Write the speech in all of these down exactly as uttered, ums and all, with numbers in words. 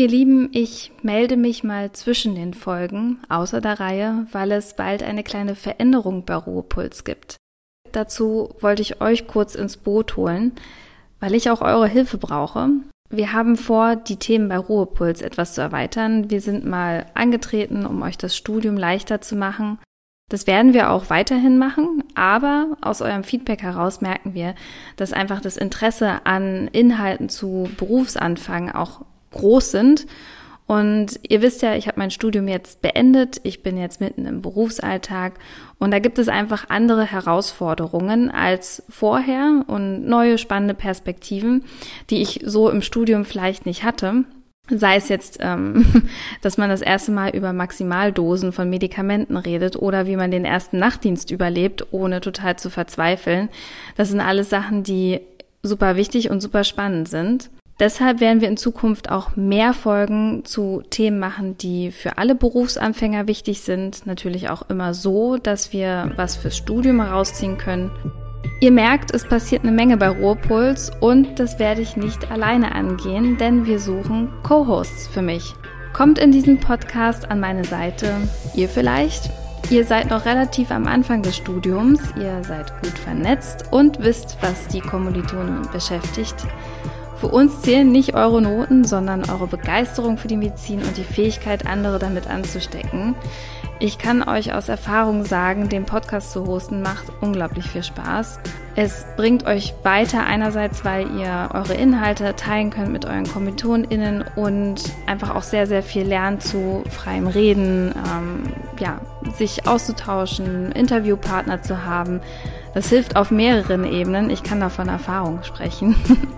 Ihr Lieben, ich melde mich mal zwischen den Folgen außer der Reihe, weil es bald eine kleine Veränderung bei Ruhepuls gibt. Dazu wollte ich euch kurz ins Boot holen, weil ich auch eure Hilfe brauche. Wir haben vor, die Themen bei Ruhepuls etwas zu erweitern. Wir sind mal angetreten, um euch das Studium leichter zu machen. Das werden wir auch weiterhin machen, aber aus eurem Feedback heraus merken wir, dass einfach das Interesse an Inhalten zu Berufsanfang auch groß sind. Und ihr wisst ja, ich habe mein Studium jetzt beendet, ich bin jetzt mitten im Berufsalltag und da gibt es einfach andere Herausforderungen als vorher und neue spannende Perspektiven, die ich so im Studium vielleicht nicht hatte. Sei es jetzt, ähm, dass man das erste Mal über Maximaldosen von Medikamenten redet oder wie man den ersten Nachtdienst überlebt, ohne total zu verzweifeln. Das sind alles Sachen, die super wichtig und super spannend sind. Deshalb werden wir in Zukunft auch mehr Folgen zu Themen machen, die für alle Berufsanfänger wichtig sind. Natürlich auch immer so, dass wir was fürs Studium herausziehen können. Ihr merkt, es passiert eine Menge bei Ruhepuls und das werde ich nicht alleine angehen, denn wir suchen Co-Hosts für mich. Kommt in diesem Podcast an meine Seite. Ihr vielleicht? Ihr seid noch relativ am Anfang des Studiums, ihr seid gut vernetzt und wisst, was die Kommilitonen beschäftigt. Für uns zählen nicht eure Noten, sondern eure Begeisterung für die Medizin und die Fähigkeit, andere damit anzustecken. Ich kann euch aus Erfahrung sagen, den Podcast zu hosten macht unglaublich viel Spaß. Es bringt euch weiter einerseits, weil ihr eure Inhalte teilen könnt mit euren KommilitonInnen und einfach auch sehr, sehr viel lernt zu freiem Reden, ähm, ja, sich auszutauschen, Interviewpartner zu haben. Das hilft auf mehreren Ebenen. Ich kann da von Erfahrung sprechen.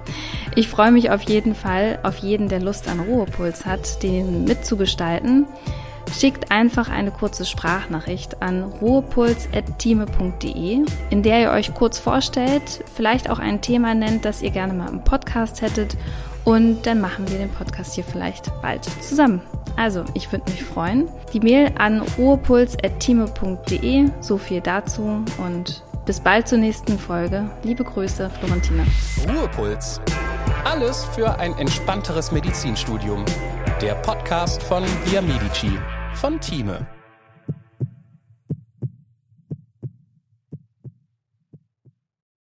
Ich freue mich auf jeden Fall auf jeden, der Lust an Ruhepuls hat, den mitzugestalten. Schickt einfach eine kurze Sprachnachricht an ruhepuls at time punkt de, in der ihr euch kurz vorstellt, vielleicht auch ein Thema nennt, das ihr gerne mal im Podcast hättet und dann machen wir den Podcast hier vielleicht bald zusammen. Also, ich würde mich freuen. Die Mail an ruhepuls at time punkt de, so viel dazu und bis bald zur nächsten Folge. Liebe Grüße, Florentina. Ruhepuls. Alles für ein entspannteres Medizinstudium. Der Podcast von Via Medici von Time.